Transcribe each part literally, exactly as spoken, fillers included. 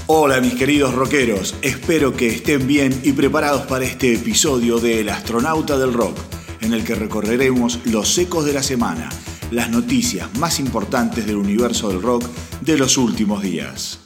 Hola mis queridos rockeros, espero que estén bien y preparados para este episodio de El Astronauta del Rock, en el que recorreremos los ecos de la semana, las noticias más importantes del universo del rock de los últimos días.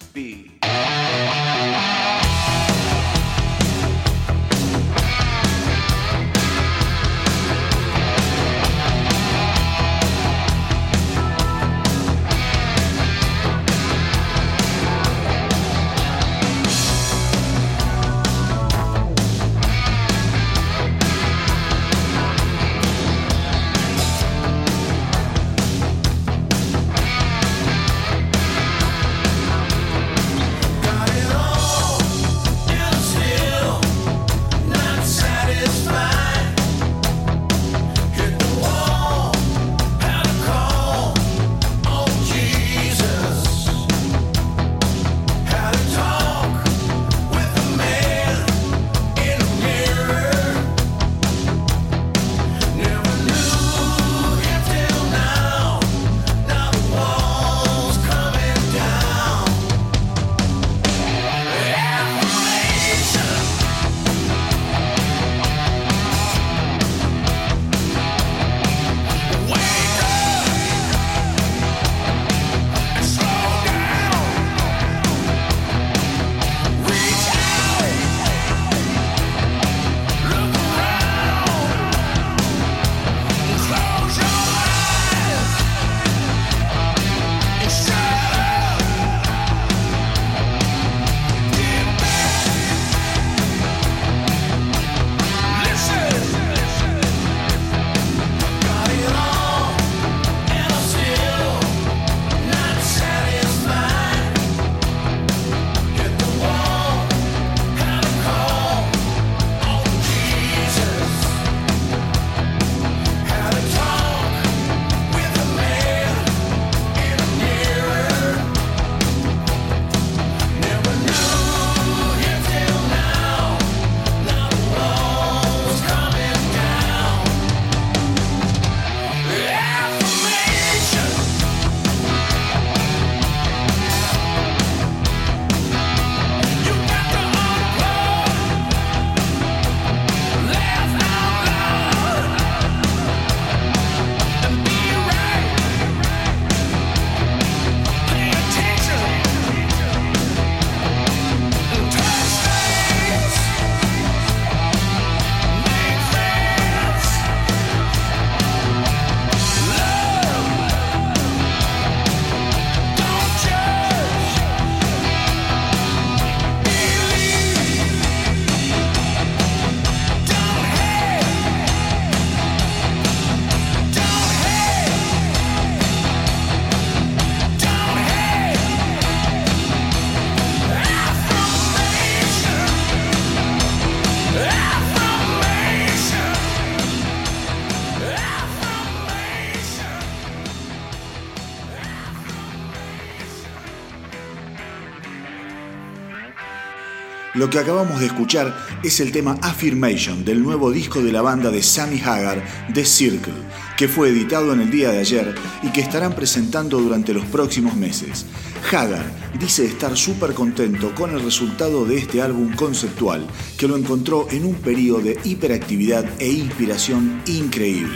Lo que acabamos de escuchar es el tema Affirmation del nuevo disco de la banda de Sammy Hagar, The Circle, que fue editado en el día de ayer y que estarán presentando durante los próximos meses. Hagar dice estar súper contento con el resultado de este álbum conceptual, que lo encontró en un periodo de hiperactividad e inspiración increíble.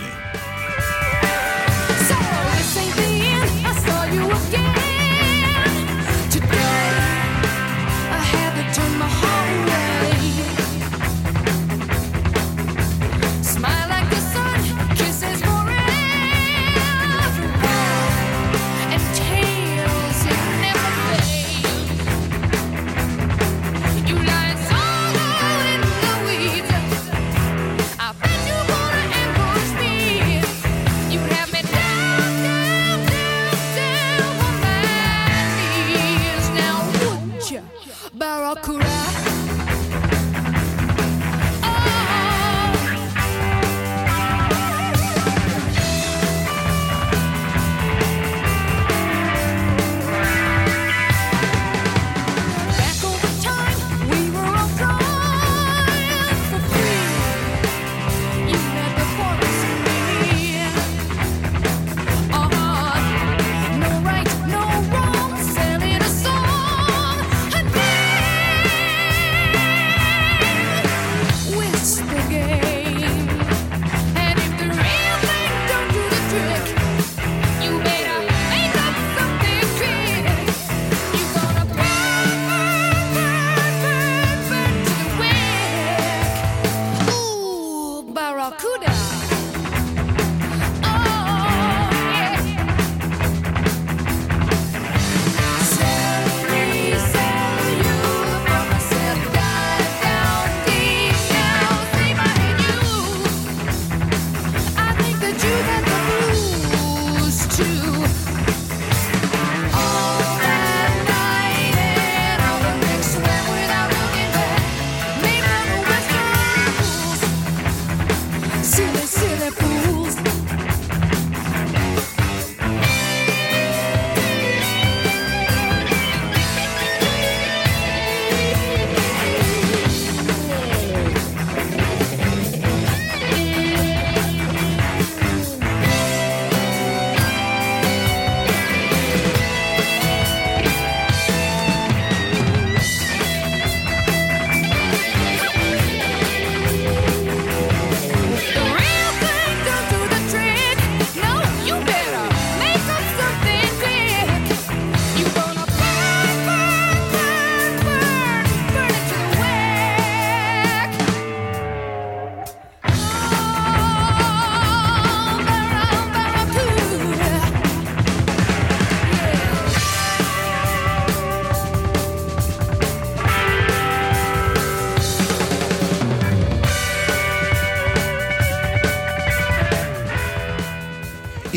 I bet you wanna embrace me.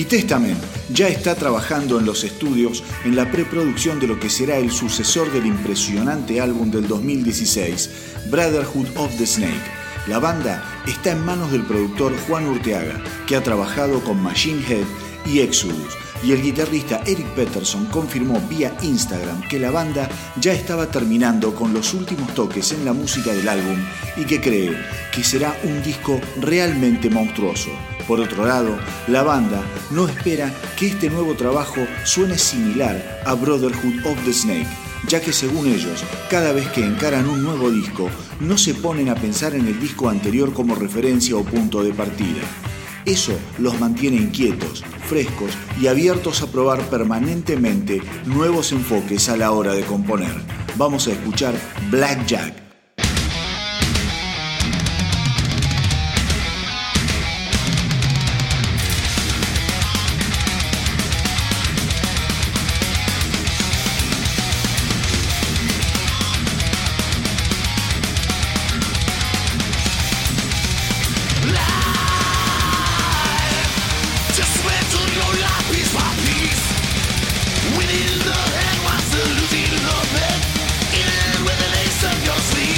Testament ya está trabajando en los estudios en la preproducción de lo que será el sucesor del impresionante álbum del dos mil dieciséis, Brotherhood of the Snake. La banda está en manos del productor Juan Urteaga, que ha trabajado con Machine Head y Exodus, y el guitarrista Eric Peterson confirmó vía Instagram que la banda ya estaba terminando con los últimos toques en la música del álbum y que cree que será un disco realmente monstruoso. Por otro lado, la banda no espera que este nuevo trabajo suene similar a Brotherhood of the Snake, ya que según ellos, cada vez que encaran un nuevo disco, no se ponen a pensar en el disco anterior como referencia o punto de partida. Eso los mantiene inquietos, frescos y abiertos a probar permanentemente nuevos enfoques a la hora de componer. Vamos a escuchar Blackjack. Within the head, what's the losing of it? In with an ace of your sleeve.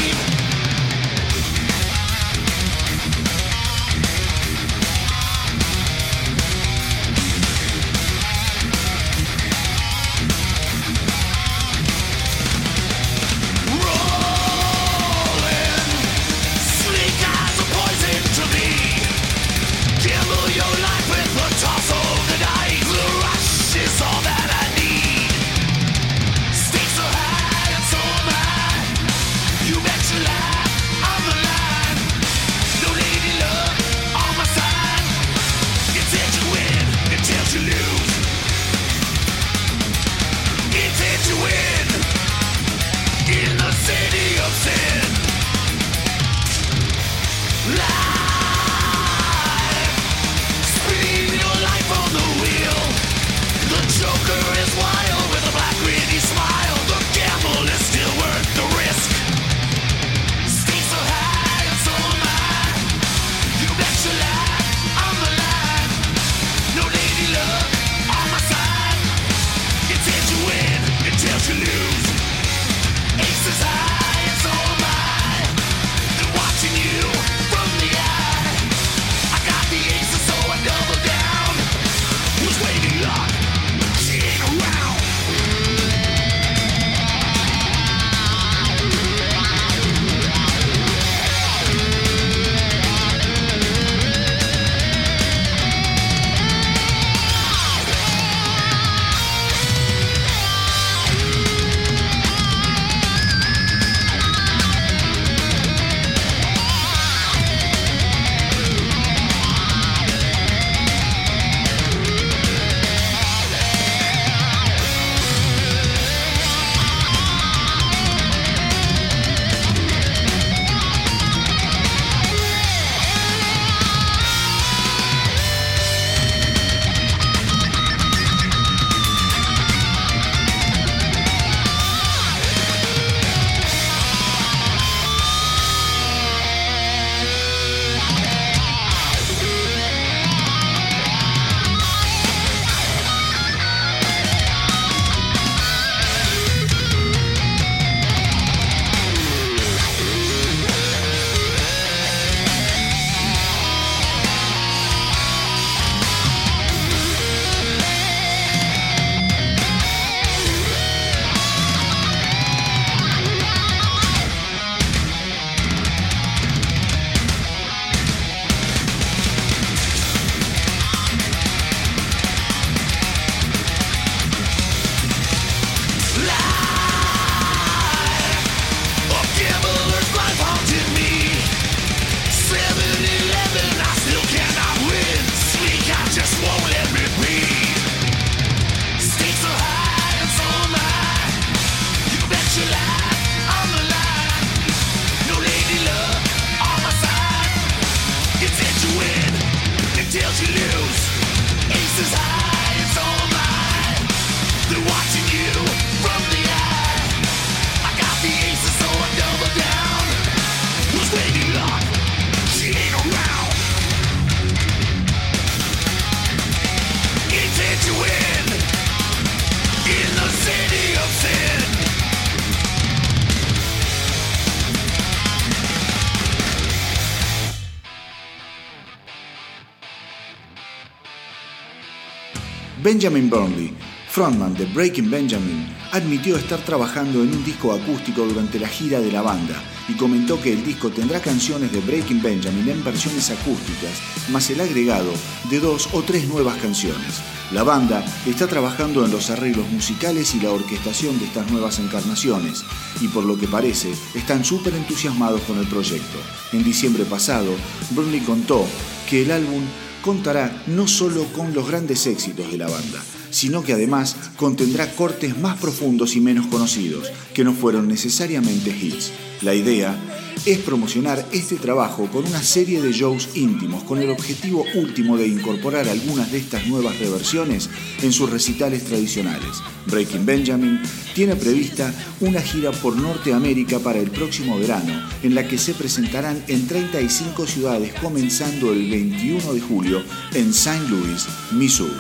Benjamin Burnley, frontman de Breaking Benjamin, admitió estar trabajando en un disco acústico durante la gira de la banda y comentó que el disco tendrá canciones de Breaking Benjamin en versiones acústicas, más el agregado de dos o tres nuevas canciones. La banda está trabajando en los arreglos musicales y la orquestación de estas nuevas encarnaciones y por lo que parece están súper entusiasmados con el proyecto. En diciembre pasado, Burnley contó que el álbum contará no solo con los grandes éxitos de la banda, sino que además contendrá cortes más profundos y menos conocidos, que no fueron necesariamente hits. La idea es promocionar este trabajo con una serie de shows íntimos, con el objetivo último de incorporar algunas de estas nuevas reversiones en sus recitales tradicionales. Breaking Benjamin tiene prevista una gira por Norteamérica para el próximo verano, en la que se presentarán en treinta y cinco ciudades, comenzando el veintiuno de julio en Saint Louis, Missouri.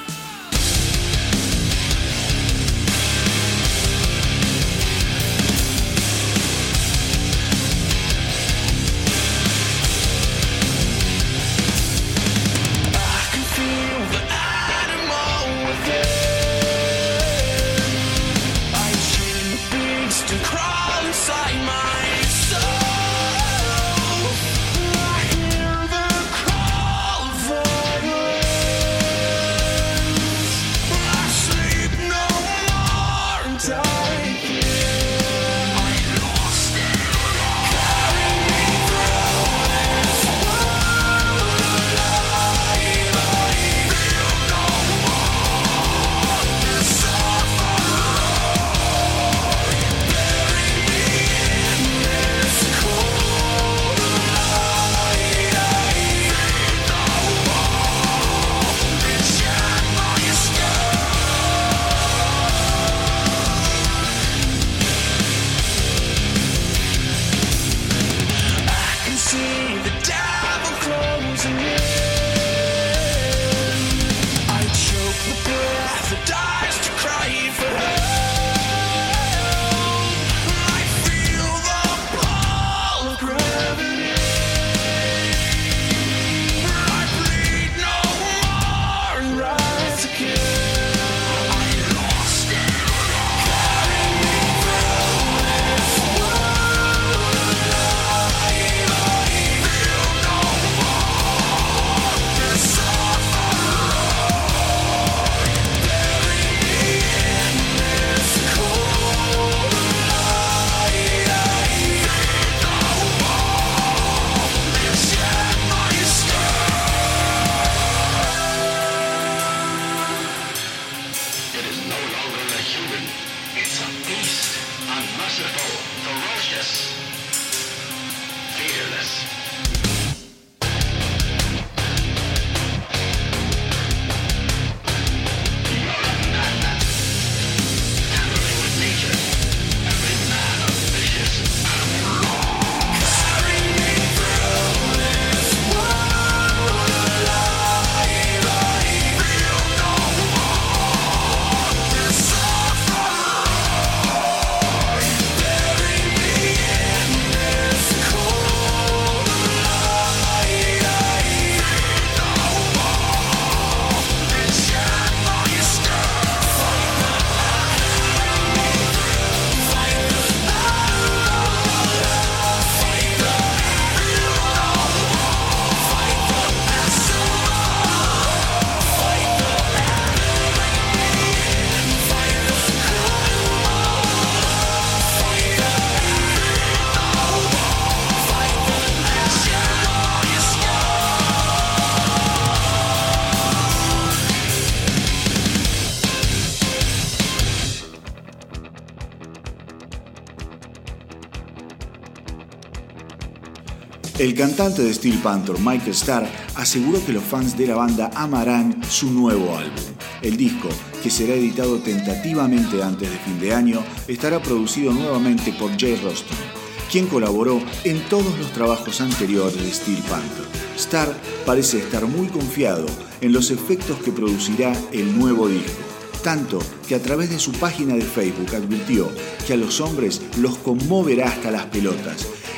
El cantante de Steel Panther, Michael Starr, aseguró que los fans de la banda amarán su nuevo álbum. El disco, que será editado tentativamente antes de fin de año, estará producido nuevamente por Jay Roston, quien colaboró en todos los trabajos anteriores de Steel Panther. Starr parece estar muy confiado en los efectos que producirá el nuevo disco, tanto que a través de su página de Facebook advirtió que a los hombres los conmoverá hasta las pelotas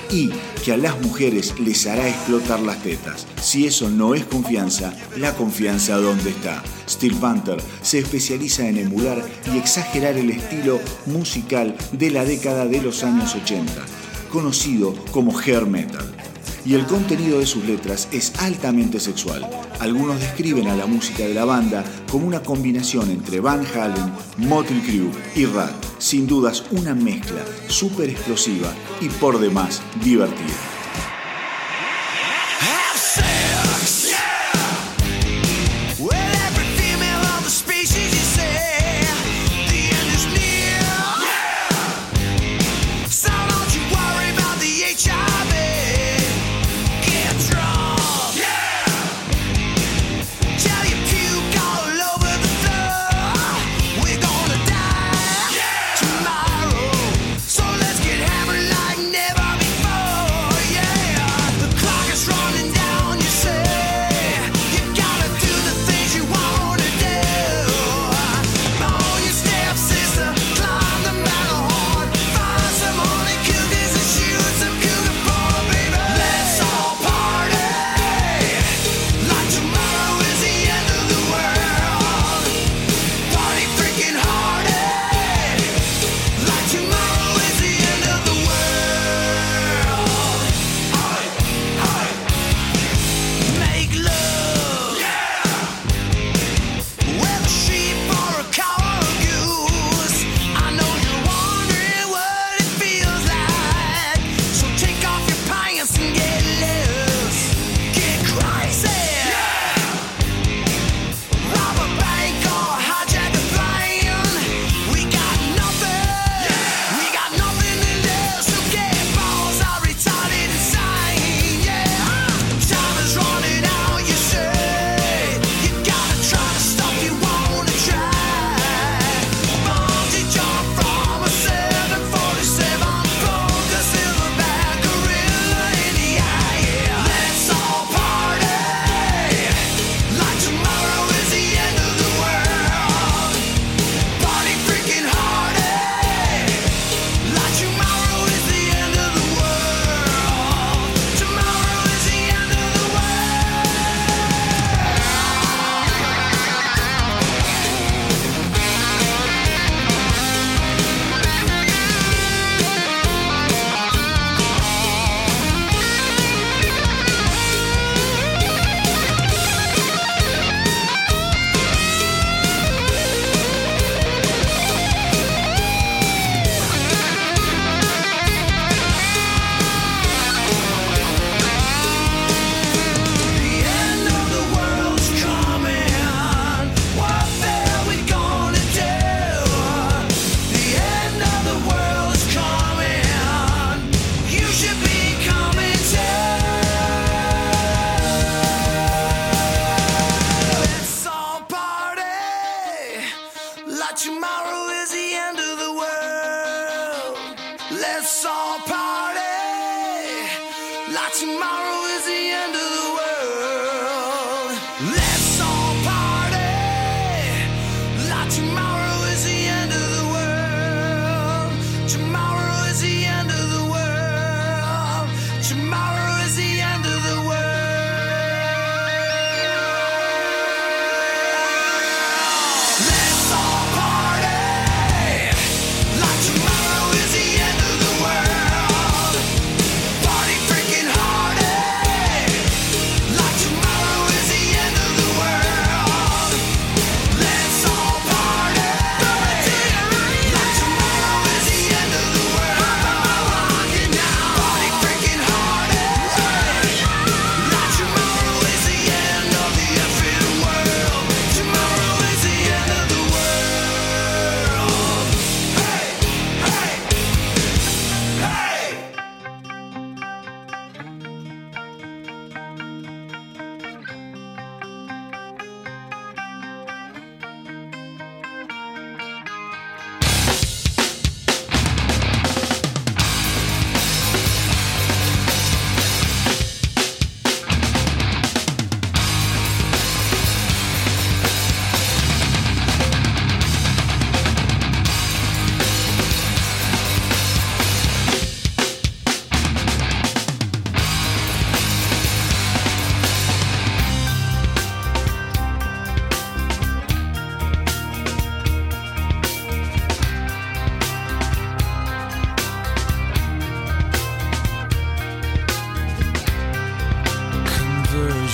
y que a las mujeres les hará explotar las tetas. Si eso no es confianza, la confianza ¿dónde está? Steel Panther se especializa en emular y exagerar el estilo musical de la década de los años ochenta, conocido como hair metal. Y el contenido de sus letras es altamente sexual. Algunos describen a la música de la banda como una combinación entre Van Halen, Motley Crue y Ratt. Sin dudas una mezcla súper explosiva y por demás divertida.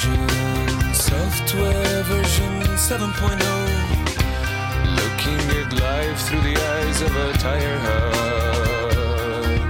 version, software version seven point oh. Looking at life through the eyes of a tire hub.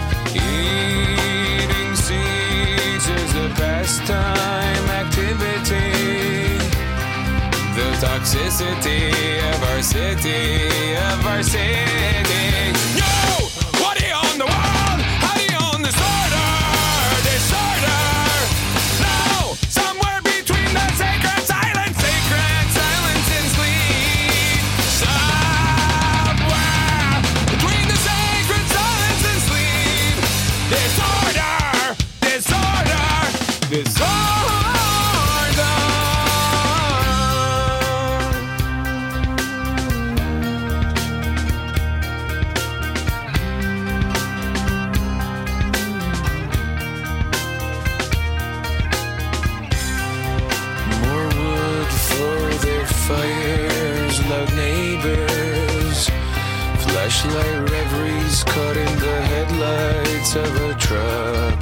Eating seeds is a pastime activity. The toxicity of our city, of our city. No! What do you own the world? How do you own disorder? Disorder! No! Somewhere between the sacred silence, sacred silence and sleep. Somewhere between the sacred silence and sleep. Disorder! Disorder! Disorder! Fires, loud neighbors, flashlight reveries caught in the headlights of a truck.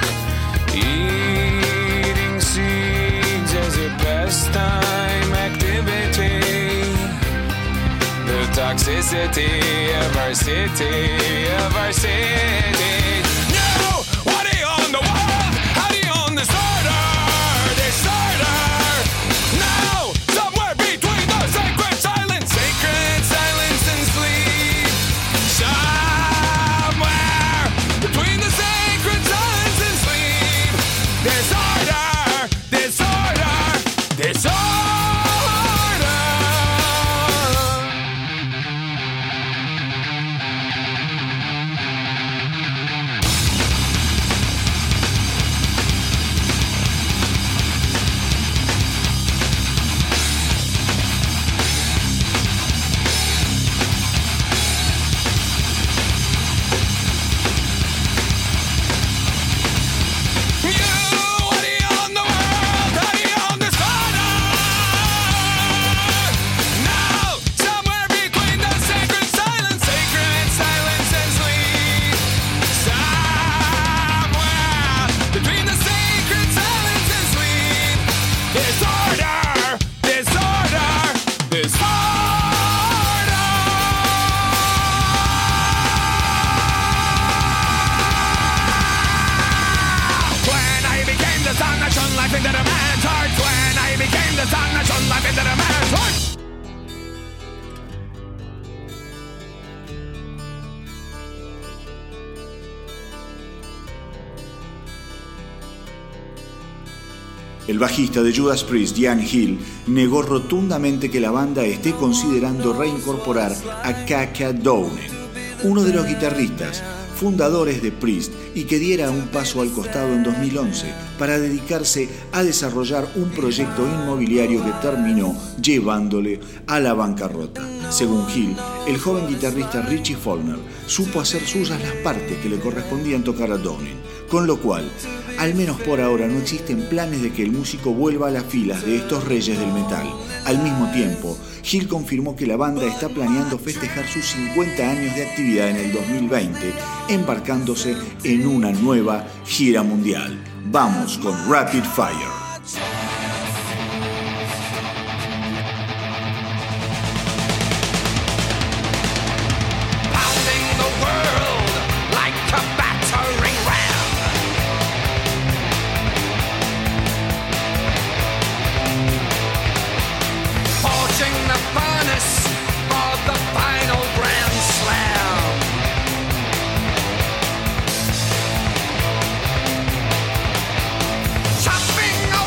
Eating seeds as a pastime activity. The toxicity of our city, of our city. No! What do you own the world? How do you own disorder? Disorder! No! Somewhere between the sacred silence, sacred silence and sleep. Somewhere between the sacred silence and sleep. Disorder, disorder, disorder. El bajista de Judas Priest, Ian Hill, negó rotundamente que la banda esté considerando reincorporar a Kaka Downing, uno de los guitarristas fundadores de Priest, y que diera un paso al costado en dos mil once para dedicarse a desarrollar un proyecto inmobiliario que terminó llevándole a la bancarrota. Según Hill, el joven guitarrista Richie Faulkner supo hacer suyas las partes que le correspondían tocar a Downing, con lo cual, al menos por ahora, no existen planes de que el músico vuelva a las filas de estos reyes del metal. Al mismo tiempo, Hill confirmó que la banda está planeando festejar sus cincuenta años de actividad en el dos mil veinte, embarcándose en una nueva gira mundial. Vamos con Rapid Fire. Chopping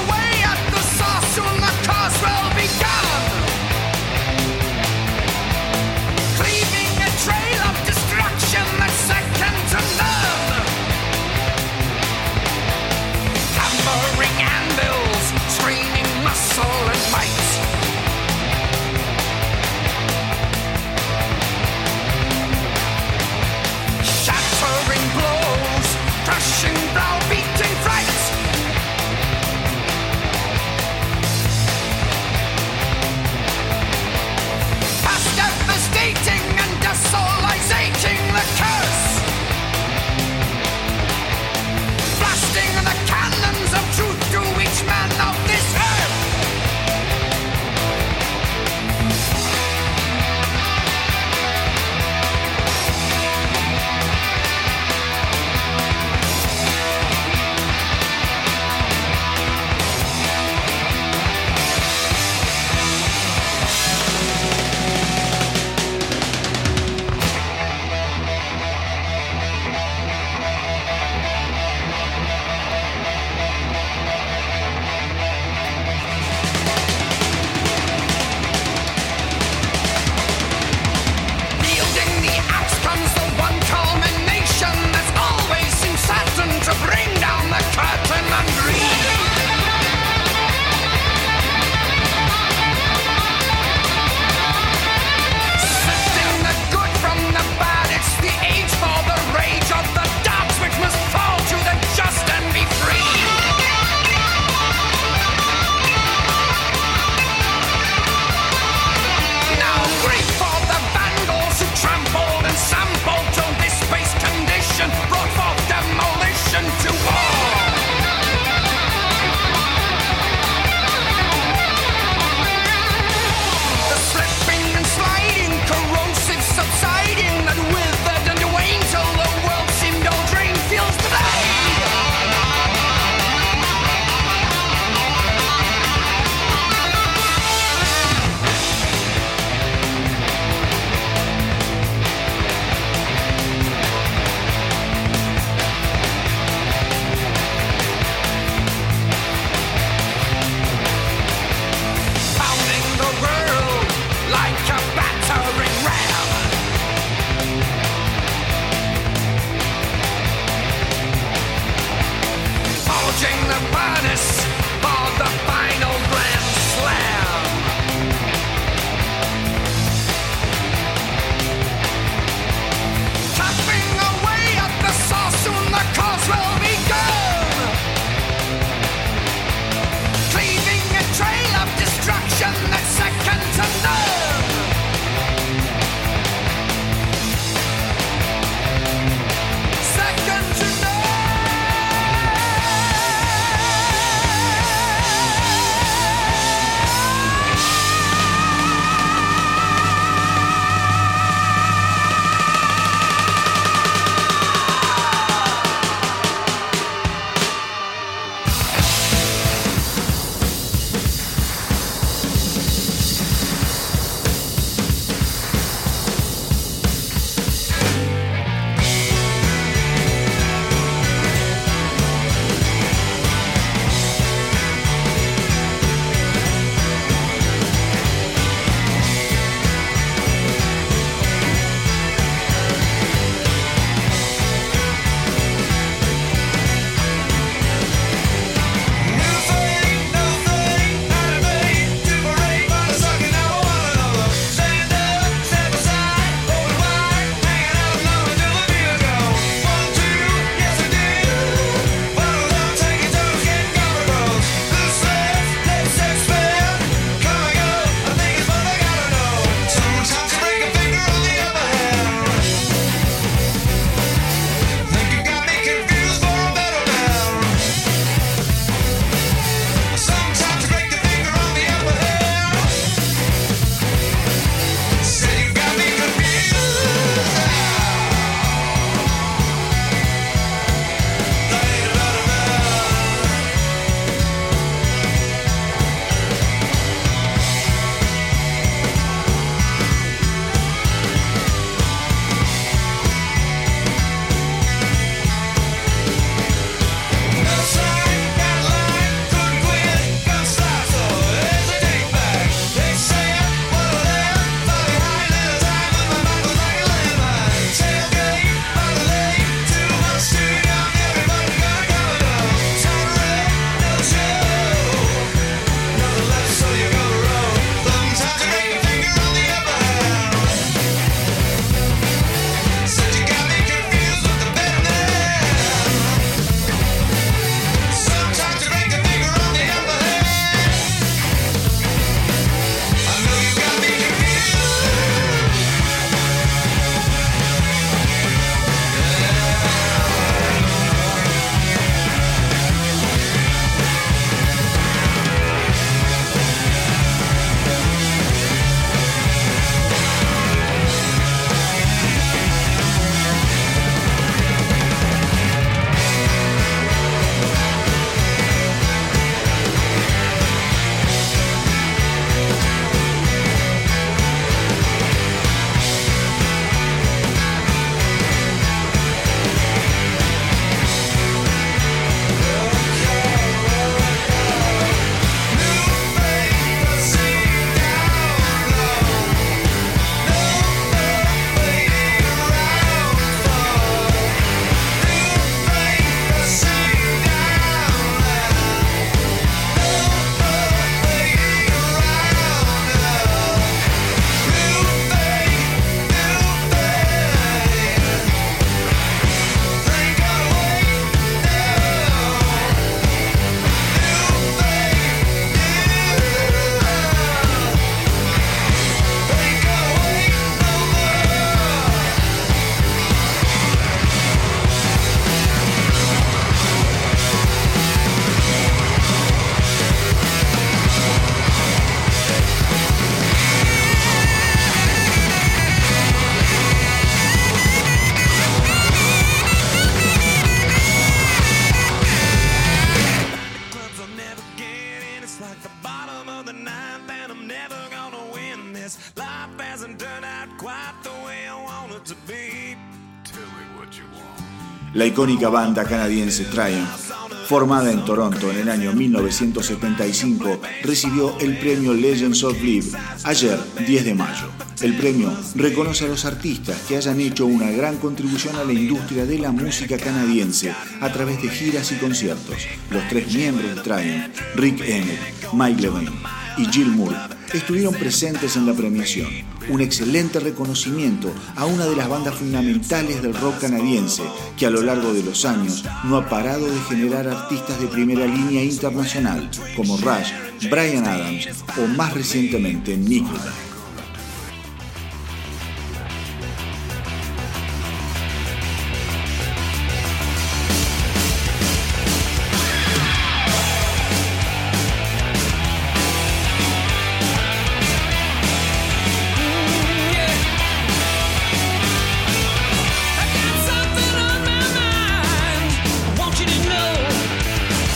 forgetting. It's like the bottom of the ninth, and I'm never gonna win this. Life hasn't turned out quite the way I want it to be. Tell me what you want. La icónica banda canadiense Triumph, formada en Toronto en el año mil novecientos setenta y cinco, recibió el premio Legends of Live ayer, diez de mayo. El premio reconoce a los artistas que hayan hecho una gran contribución a la industria de la música canadiense a través de giras y conciertos. Los tres miembros de Triumph, Rick Emmett, Mike Levine y Jill Moore, estuvieron presentes en la premiación. Un excelente reconocimiento a una de las bandas fundamentales del rock canadiense que a lo largo de los años no ha parado de generar artistas de primera línea internacional como Rush, Bryan Adams o más recientemente Nickelback.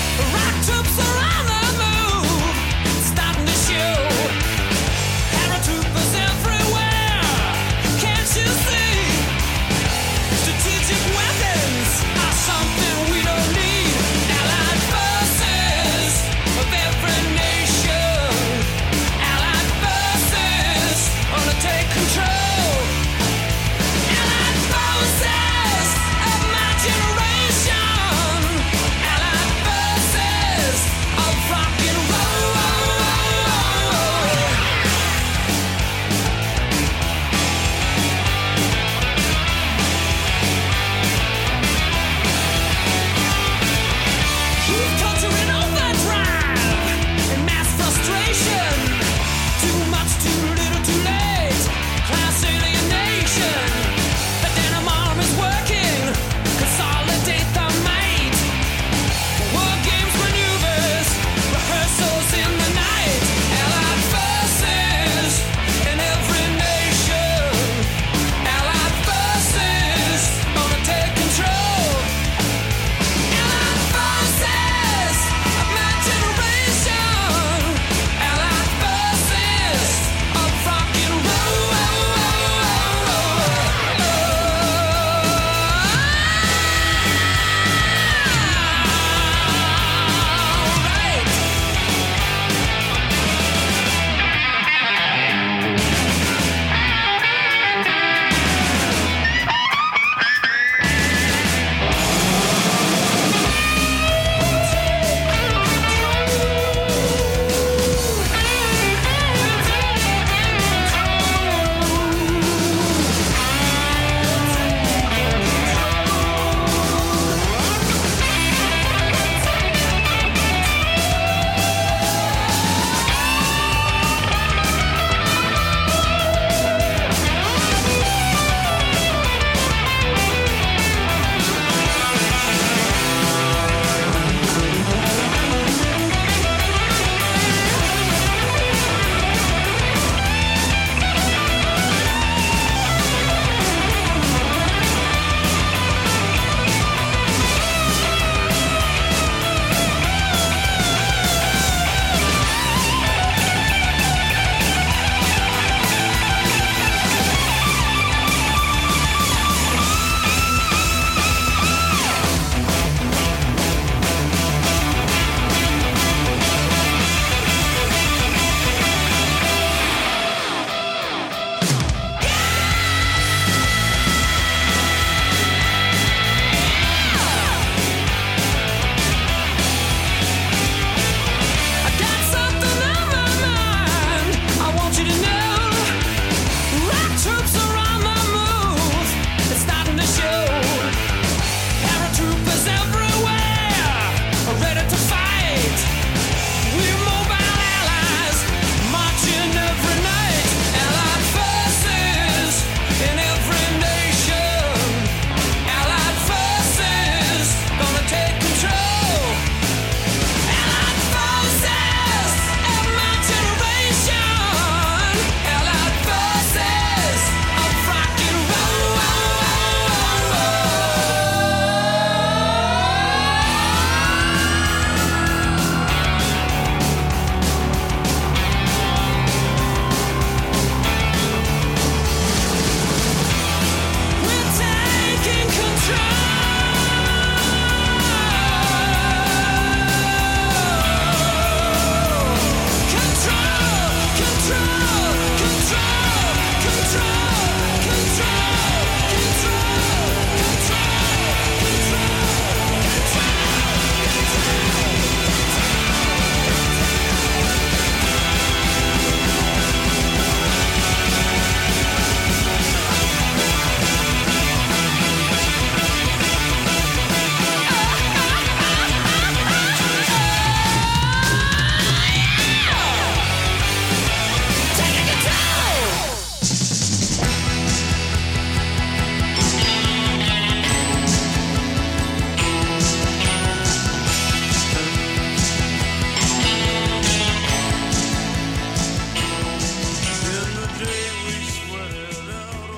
Starting to show. Para to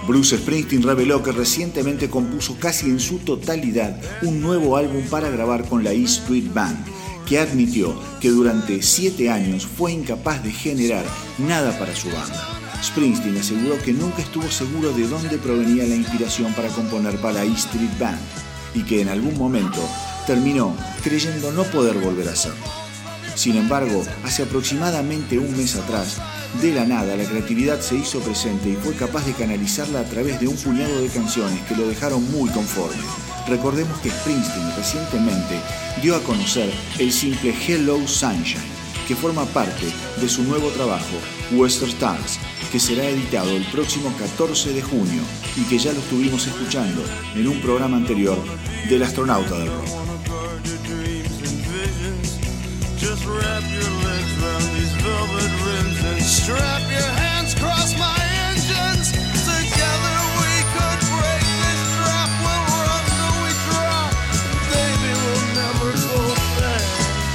Bruce Springsteen reveló que recientemente compuso casi en su totalidad un nuevo álbum para grabar con la E Street Band, que admitió que durante siete años fue incapaz de generar nada para su banda. Springsteen aseguró que nunca estuvo seguro de dónde provenía la inspiración para componer para la E Street Band y que en algún momento terminó creyendo no poder volver a hacerlo. Sin embargo, hace aproximadamente un mes atrás, de la nada la creatividad se hizo presente y fue capaz de canalizarla a través de un puñado de canciones que lo dejaron muy conforme. Recordemos que Springsteen recientemente dio a conocer el simple Hello Sunshine, que forma parte de su nuevo trabajo Western Stars, que será editado el próximo catorce de junio y que ya lo estuvimos escuchando en un programa anterior del Astronauta del Rock. Just wrap your legs around these velvet rims and strap your hands across my engines. Together we could break this trap. We'll run till we drop. Baby, we'll never go back.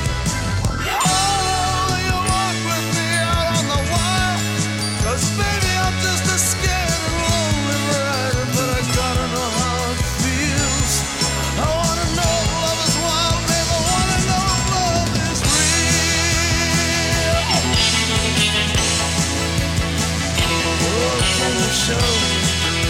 Oh, you walk with me out on the wire. 'Cause baby, I'm just a scared and lonely rider. But I gotta know how it feels. I wanna know if love is wild, babe. I wanna know if love is real. Show me.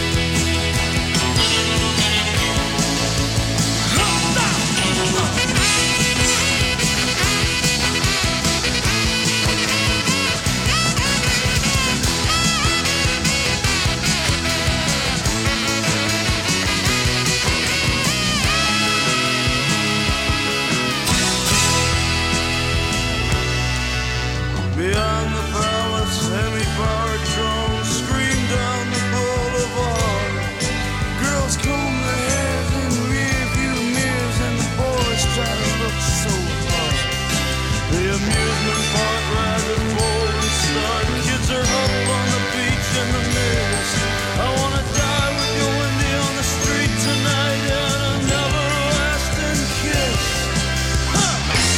Beyond the palace, semi-powered drones scream down the boulevard. Girls comb their hair in rearview mirrors, and the boys try to look so hard. The amusement park ride and roll and start. Kids are up on the beach in the mirrors. I wanna die with you, Wendy, on the street tonight, and an everlasting kiss. Huh.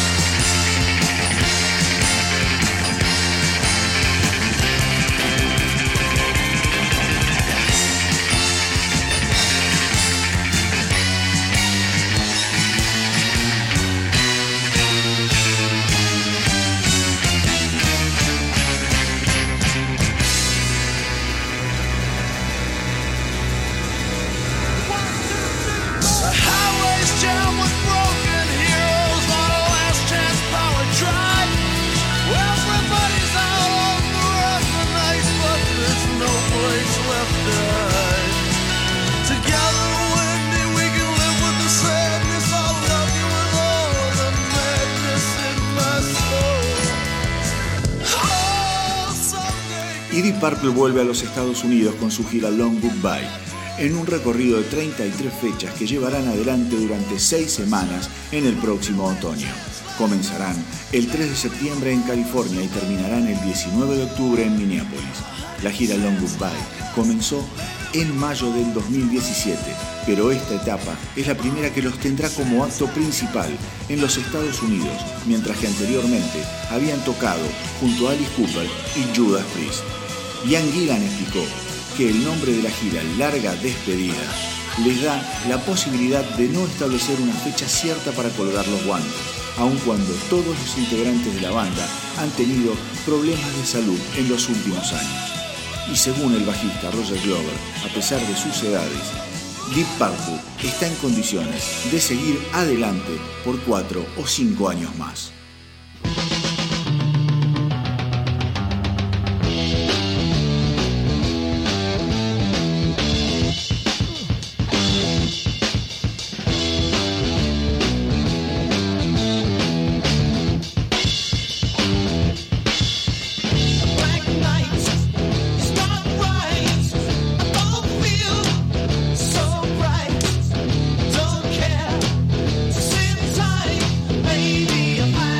Deep Purple vuelve a los Estados Unidos con su gira Long Goodbye, en un recorrido de treinta y tres fechas que llevarán adelante durante seis semanas en el próximo otoño. Comenzarán el tres de septiembre en California y terminarán el diecinueve de octubre en Minneapolis. La gira Long Goodbye comenzó en mayo del dos mil diecisiete, pero esta etapa es la primera que los tendrá como acto principal en los Estados Unidos, mientras que anteriormente habían tocado junto a Alice Cooper y Judas Priest. Ian Gillan explicó que el nombre de la gira, Larga Despedida, les da la posibilidad de no establecer una fecha cierta para colgar los guantes, aun cuando todos los integrantes de la banda han tenido problemas de salud en los últimos años. Y según el bajista Roger Glover, a pesar de sus edades, Deep Purple está en condiciones de seguir adelante por cuatro o cinco años más. Don't care, sit tight, baby.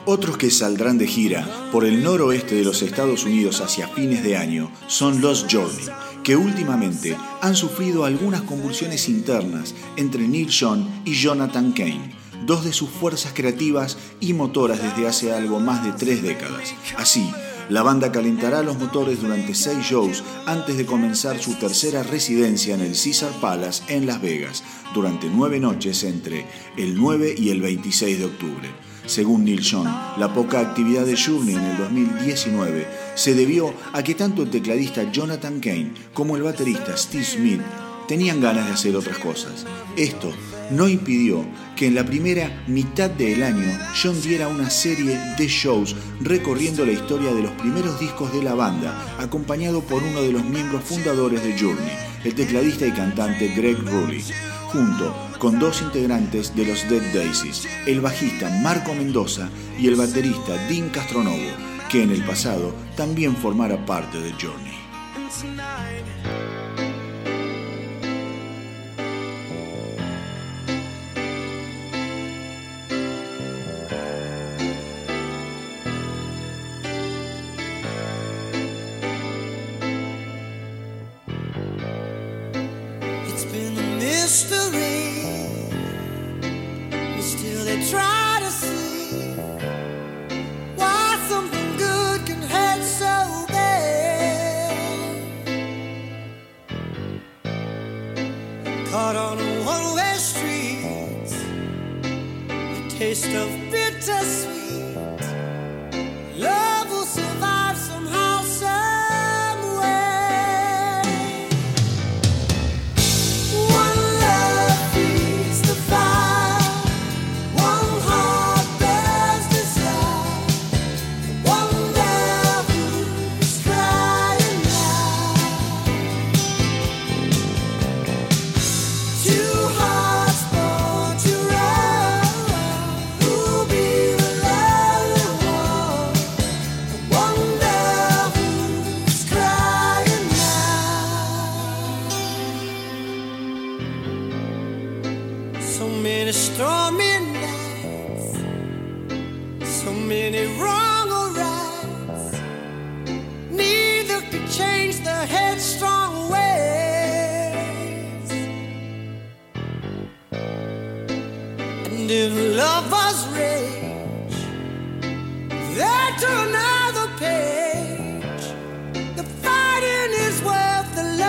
Otros que saldrán de gira por el noroeste de los Estados Unidos hacia fines de año son los Journey, que últimamente han sufrido algunas convulsiones internas entre Neil Young y Jonathan Cain, dos de sus fuerzas creativas y motoras desde hace algo más de tres décadas. Así, la banda calentará los motores durante seis shows antes de comenzar su tercera residencia en el Caesars Palace en Las Vegas, durante nueve noches entre el nueve y el veintiséis de octubre. Según Neil Young, la poca actividad de Journey en el dos mil diecinueve se debió a que tanto el tecladista Jonathan Cain como el baterista Steve Smith tenían ganas de hacer otras cosas. Esto no impidió que en la primera mitad del año John diera una serie de shows recorriendo la historia de los primeros discos de la banda, acompañado por uno de los miembros fundadores de Journey, el tecladista y cantante Greg Rowley, junto con dos integrantes de los Dead Daisies, el bajista Marco Mendoza y el baterista Dean Castronovo, que en el pasado también formara parte de Journey.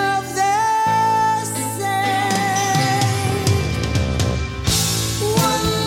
One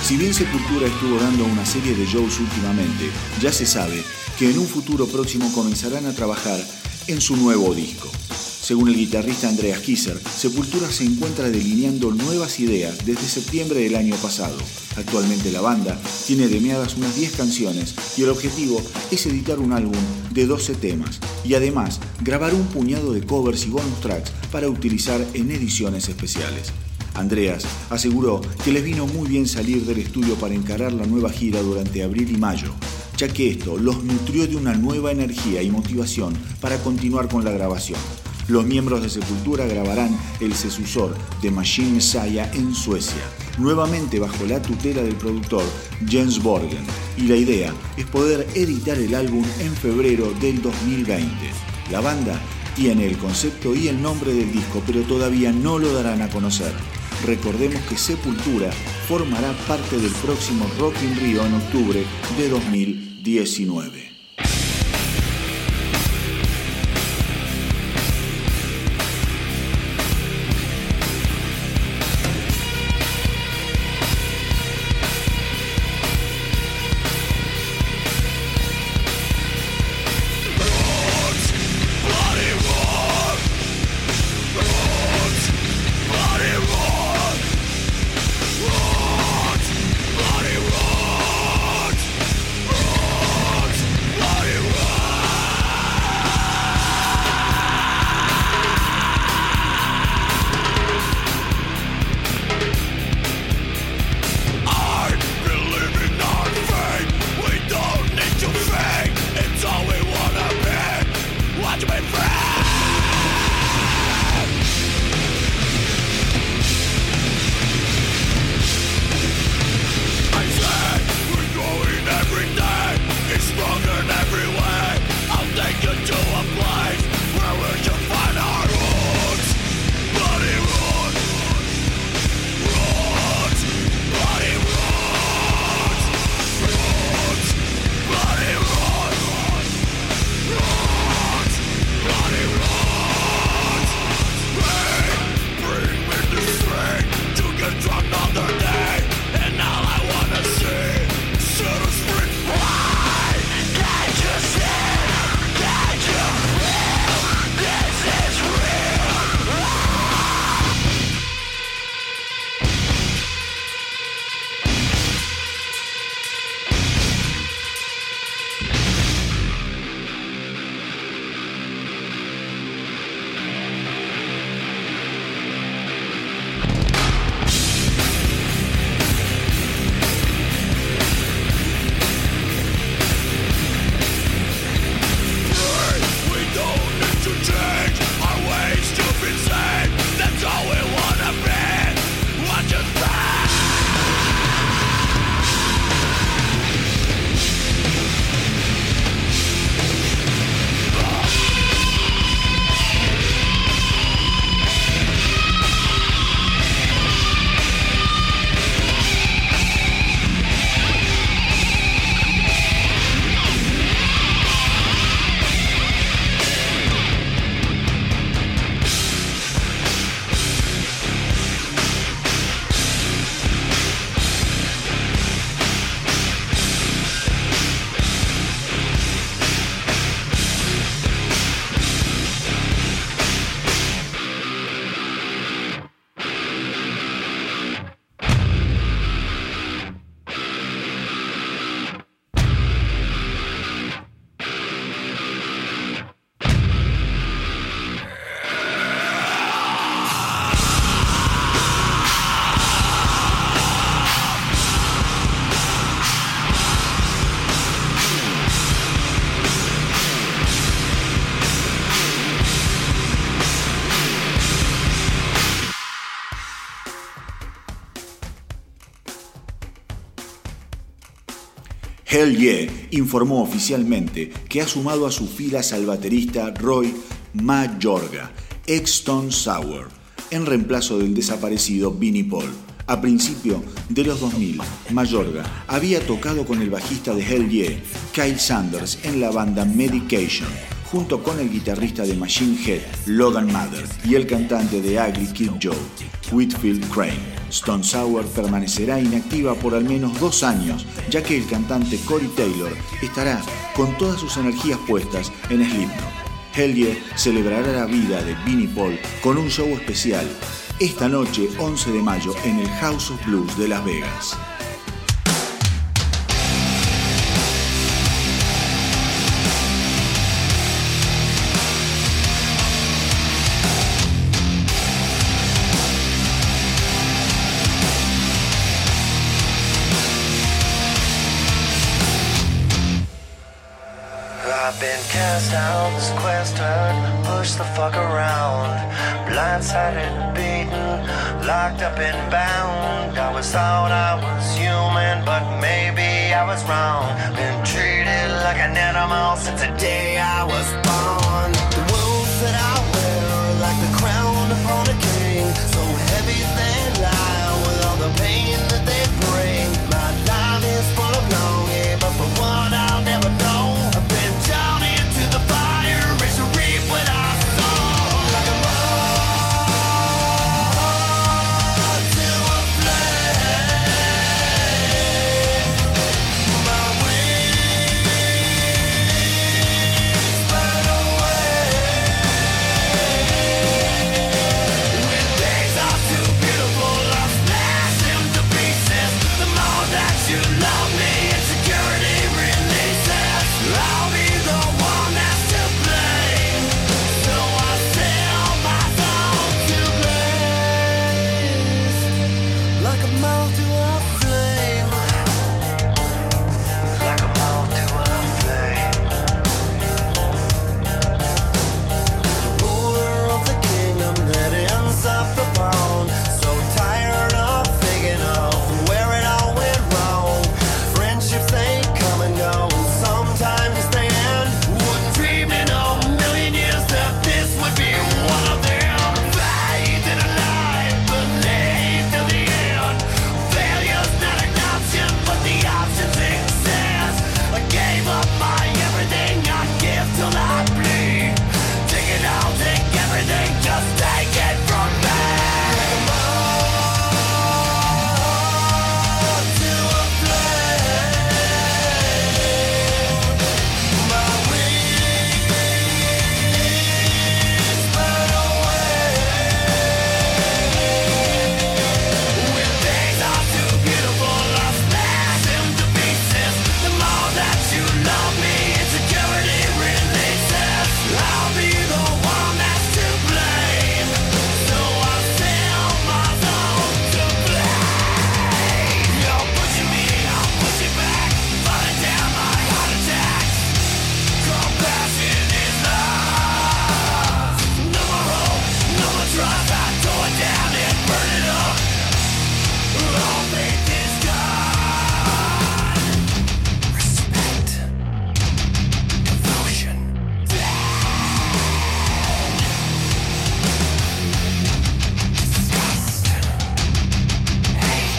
Si bien Sepultura estuvo dando una serie de shows últimamente, ya se sabe que en un futuro próximo comenzarán a trabajar en su nuevo disco. Según el guitarrista Andreas Kisser, Sepultura se encuentra delineando nuevas ideas desde septiembre del año pasado. Actualmente la banda tiene demiadas unas diez canciones y el objetivo es editar un álbum de doce temas y además grabar un puñado de covers y bonus tracks para utilizar en ediciones especiales. Andreas aseguró que les vino muy bien salir del estudio para encarar la nueva gira durante abril y mayo, ya que esto los nutrió de una nueva energía y motivación para continuar con la grabación. Los miembros de Sepultura grabarán el sucesor de Machine Messiah en Suecia, nuevamente bajo la tutela del productor Jens Borgen, y la idea es poder editar el álbum en febrero del dos mil veinte. La banda tiene el concepto y el nombre del disco, pero todavía no lo darán a conocer. Recordemos que Sepultura formará parte del próximo Rock in Rio en octubre de dos mil diecinueve. Hell Yeah informó oficialmente que ha sumado a sus filas al baterista Roy Mayorga, ex Stone Sour, en reemplazo del desaparecido Vinnie Paul. A principios de los dos mil, Mayorga había tocado con el bajista de Hell Yeah, Kyle Sanders, en la banda Medication. junto con el guitarrista de Machine Head, Logan Mather, y el cantante de Ugly Kid Joe, Whitfield Crane. Stone Sour permanecerá inactiva por al menos dos años, ya que el cantante Corey Taylor estará con todas sus energías puestas en Slipknot. Hell Yeah celebrará la vida de Vinnie Paul con un show especial esta noche, once de mayo, en el House of Blues de Las Vegas. I've been cast out, this quest turned, push the fuck around. Blindsided, beaten, locked up and bound. I was thought I was human, but maybe I was wrong. Been treated like an animal since the day I was born. The wounds that I wear are like the crown upon a king, so heavy they lie with all the pain that they bring. My life is full of longing, but for what I'll never know. Down into the fire, reach to reap what I sow. Like a moth to a flame. My wings burn away. When days are too beautiful, I'll smash them to pieces. The more that you love me, insecurity releases. I'll be the one that's to blame, so I sell my soul to blaze, like a moth to a flame, like a moth to a flame. The ruler of the kingdom that ends up the throne, so tired of thinking of where it all went wrong. Friendships they come and go, sometimes they end. Wouldn't dream in a million years that this would be one of them. Faith in a life, believe till the end. Failure's not an option, but the options exist. I gave up my everything, I give till I bleed. Take it all, take everything, just take it from me. To a flame. My wings burn away. When things are too beautiful, I'll smash them to pieces. The more that you love me, insecurity releases. I'll be the one that's to blame, so I sell my soul to blame. You're pushing me, I'm pushing back, falling down my heart attacks. Compassion is lost. No more hope, no more trust. I tore it down and burn it up. All faith is gone. Respect, devotion, disgust, hate.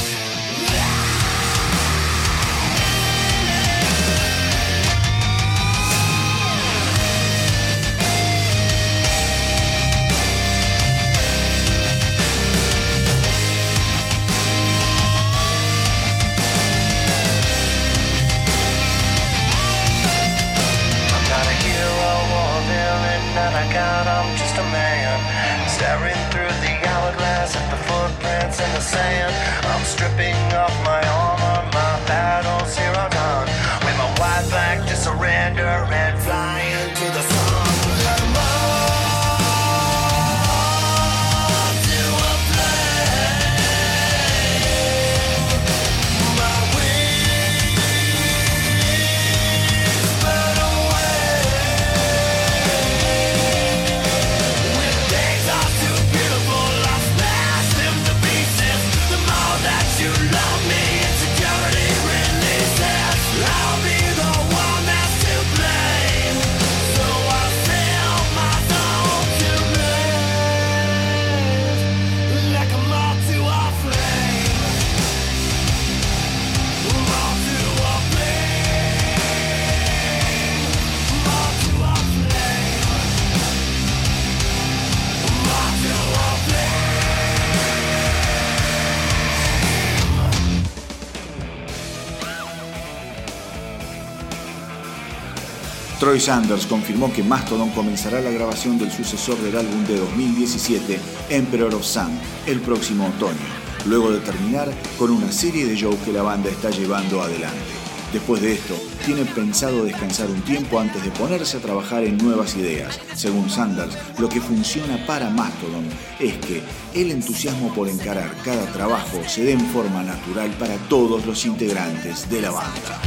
I'm not a hero or a villain, not a god, I'm just a man. Staring through the hourglass at the footprints in the sand. I'm stripping off my armor, my battles here are done. With my white flag to surrender and flying to the sun. Like a moth to a flame. My wings burn away. When things are too beautiful, I'll smash them to pieces. The more that you love me, it's Troy Sanders confirmó que Mastodon comenzará la grabación del sucesor del álbum de dos mil diecisiete, Emperor of Sun, el próximo otoño, luego de terminar con una serie de shows que la banda está llevando adelante. Después de esto, tiene pensado descansar un tiempo antes de ponerse a trabajar en nuevas ideas. Según Sanders, lo que funciona para Mastodon es que el entusiasmo por encarar cada trabajo se dé en forma natural para todos los integrantes de la banda.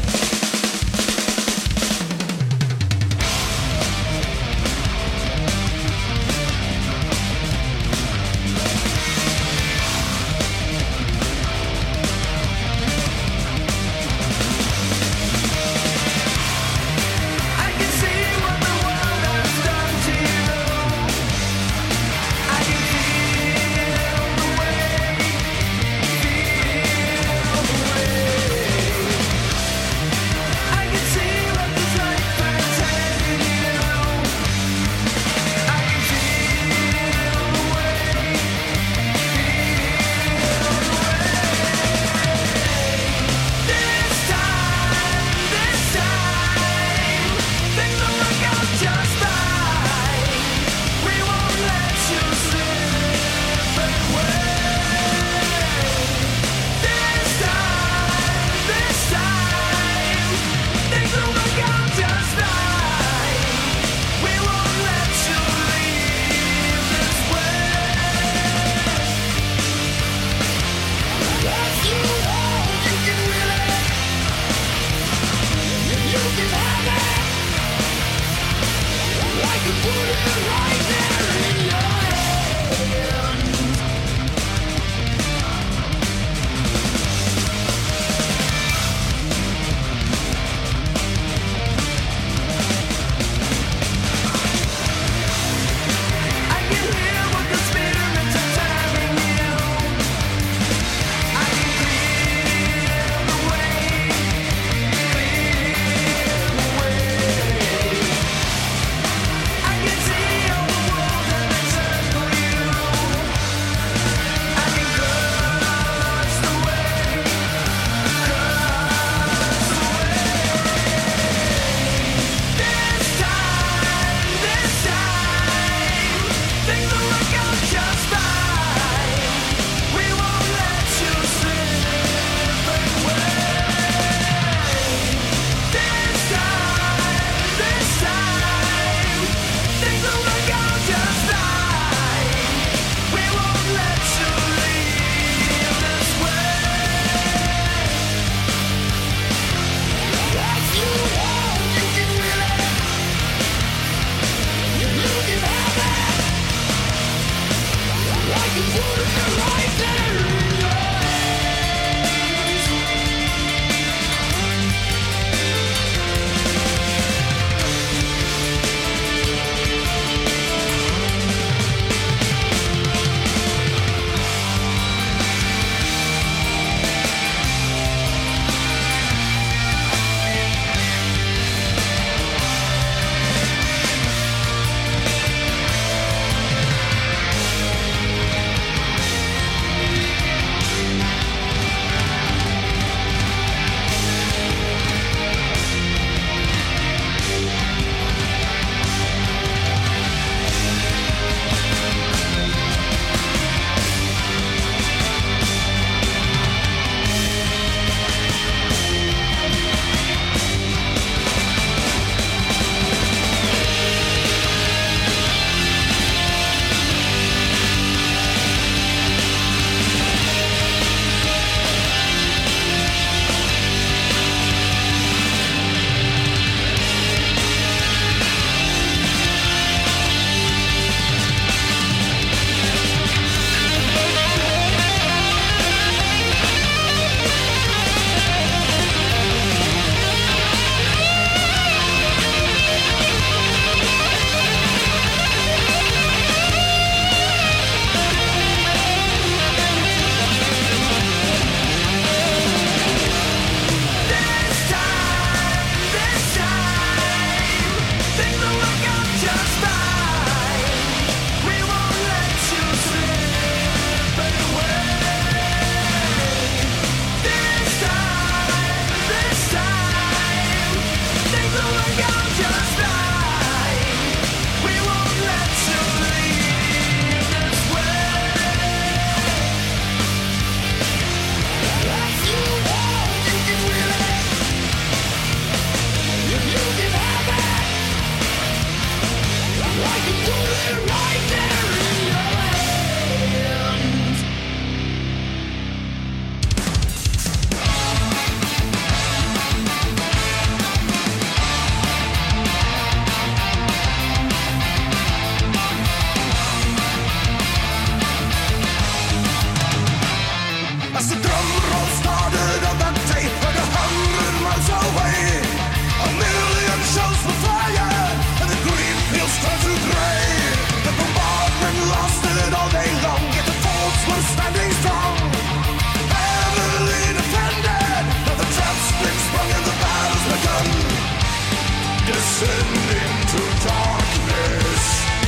the drum roll started on that day, and a hundred miles away, a million shells were fired, and the green fields turned to grey. The bombardment lasted all day long, yet the forts were standing strong, heavily defended. Now the traps been sprung and the battle's begun, descending to darkness.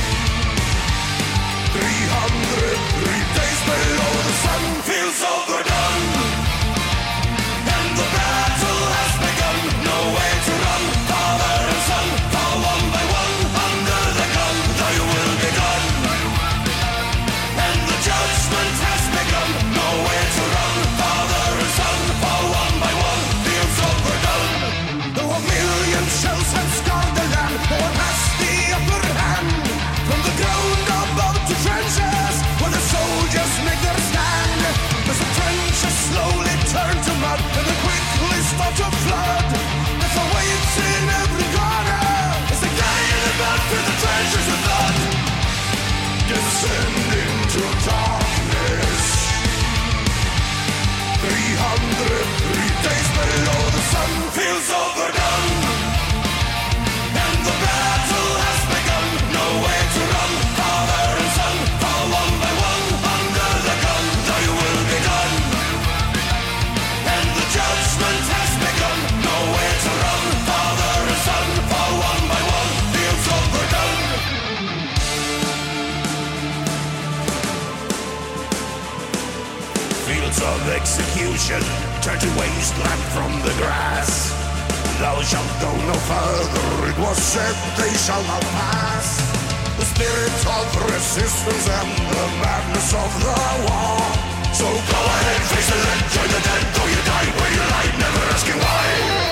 Three hundred three days below the sun feels overdone, and the battle has begun. No way to run, father and son fall one by one under the gun. Thy will be done, and the judgment has begun. No way to run, father and son fall one by one. Feels overdone. Though a million shells have scarred the land, no one has the upper hand. From the ground above to trenches, where the soldiers make their stand, as the trenches slowly turn to mud and they quickly start to flood, as the waves in every corner, as they guide about through the trenches with blood, descending to darkness. Three hundred three days below the sun feels overdone, and the battle has begun. No way to run, father and son fall one by one under the gun. Thy will be done, and the judgment has begun. No way to run, father and son fall one by one. Feels overdone. Fields of execution turn to wasteland from the grass. Thou shalt go no further, it was said they shall not pass. The spirit of resistance and the madness of the war. So go ahead, face it and join the dead, though you die where you lie, never asking why.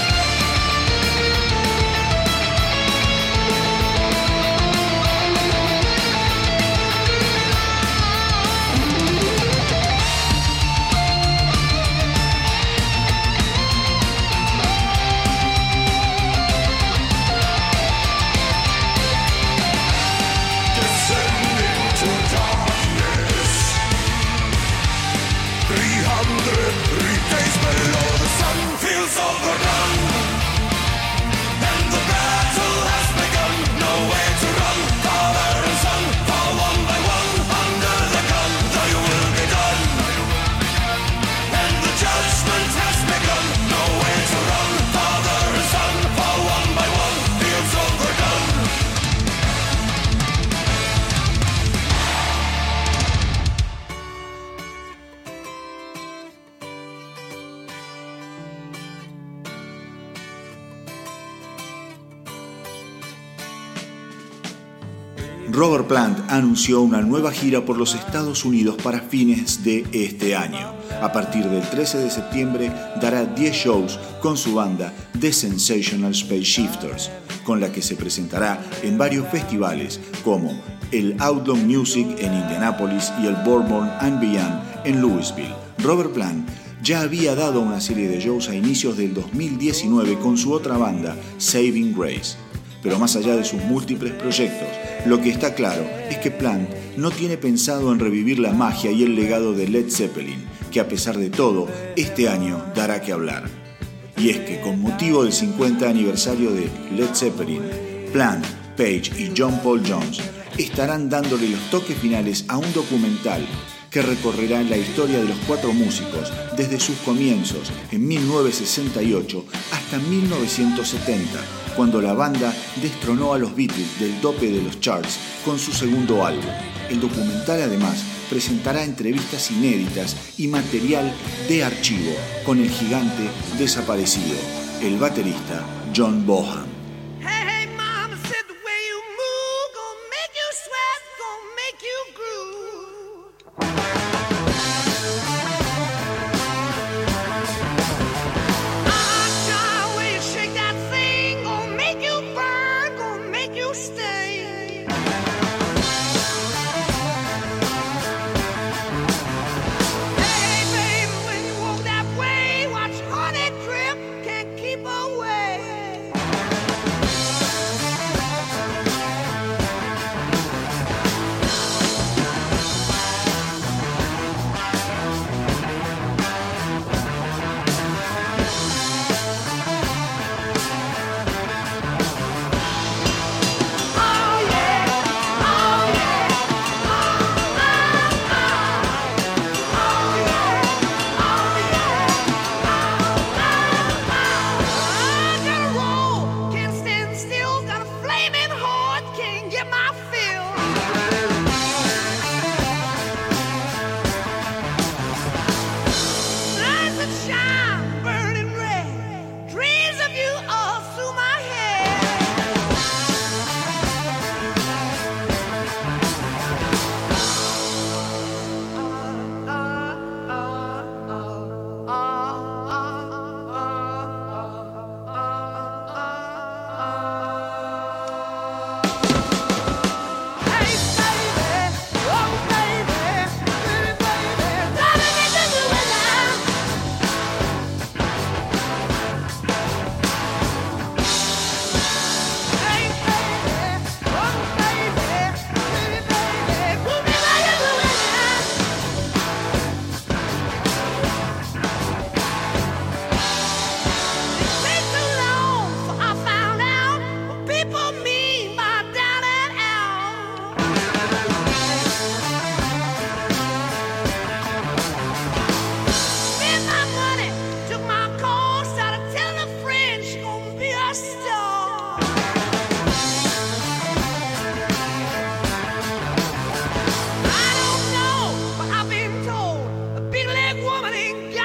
Robert Plant anunció una nueva gira por los Estados Unidos para fines de este año. A partir del trece de septiembre dará diez shows con su banda The Sensational Space Shifters, con la que se presentará en varios festivales como el Outlaw Music en Indianápolis y el Bourbon and Beyond en Louisville. Robert Plant ya había dado una serie de shows a inicios del dos mil diecinueve con su otra banda, Saving Grace. Pero más allá de sus múltiples proyectos, lo que está claro es que Plant no tiene pensado en revivir la magia y el legado de Led Zeppelin, que a pesar de todo, este año dará que hablar. Y es que con motivo del cincuenta aniversario de Led Zeppelin, Plant, Page y John Paul Jones estarán dándole los toques finales a un documental que recorrerá la historia de los cuatro músicos desde sus comienzos en mil novecientos sesenta y ocho hasta mil novecientos setenta, cuando la banda destronó a los Beatles del tope de los charts con su segundo álbum. El documental además presentará entrevistas inéditas y material de archivo con el gigante desaparecido, el baterista John Bonham.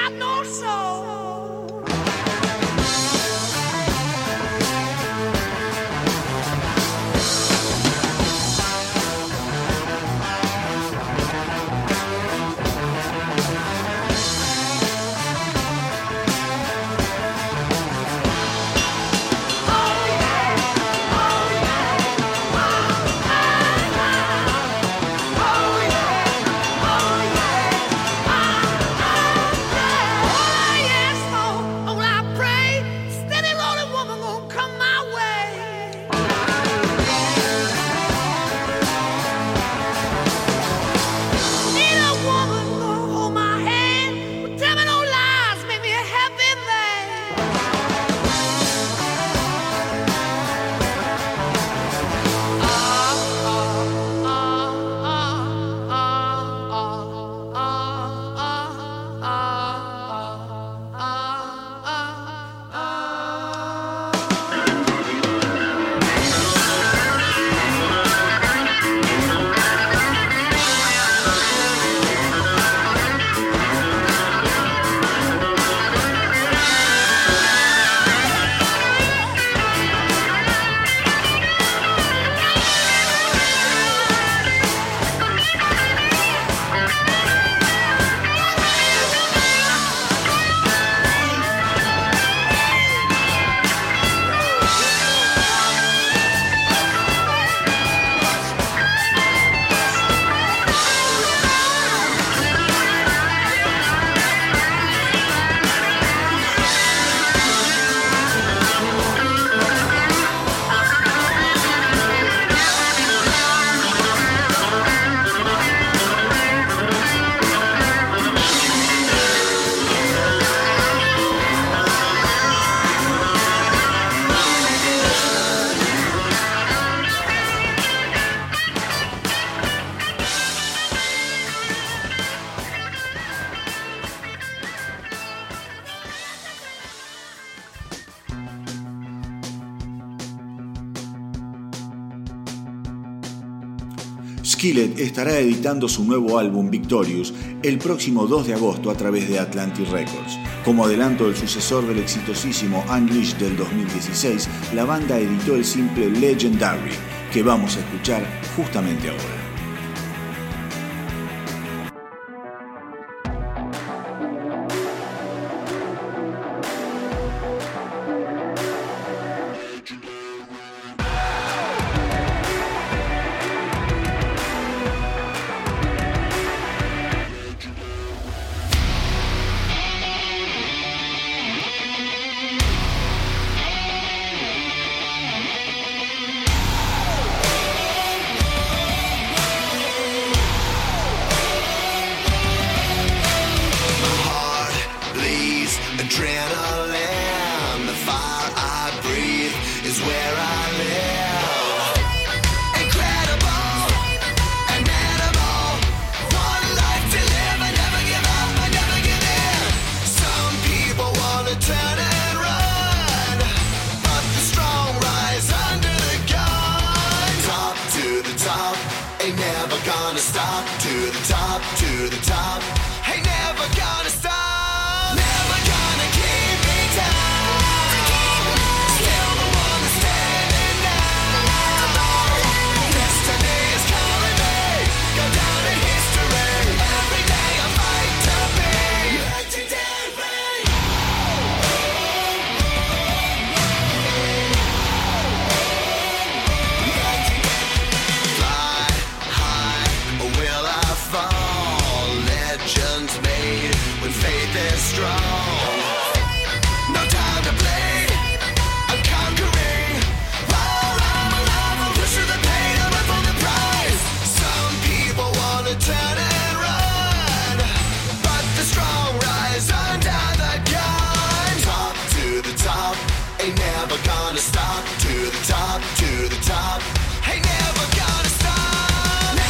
got no soul. Skillet estará editando su nuevo álbum Victorious el próximo dos de agosto a través de Atlantic Records. Como adelanto del sucesor del exitosísimo Unleashed del dos mil dieciséis, la banda editó el simple Legendary, que vamos a escuchar justamente ahora.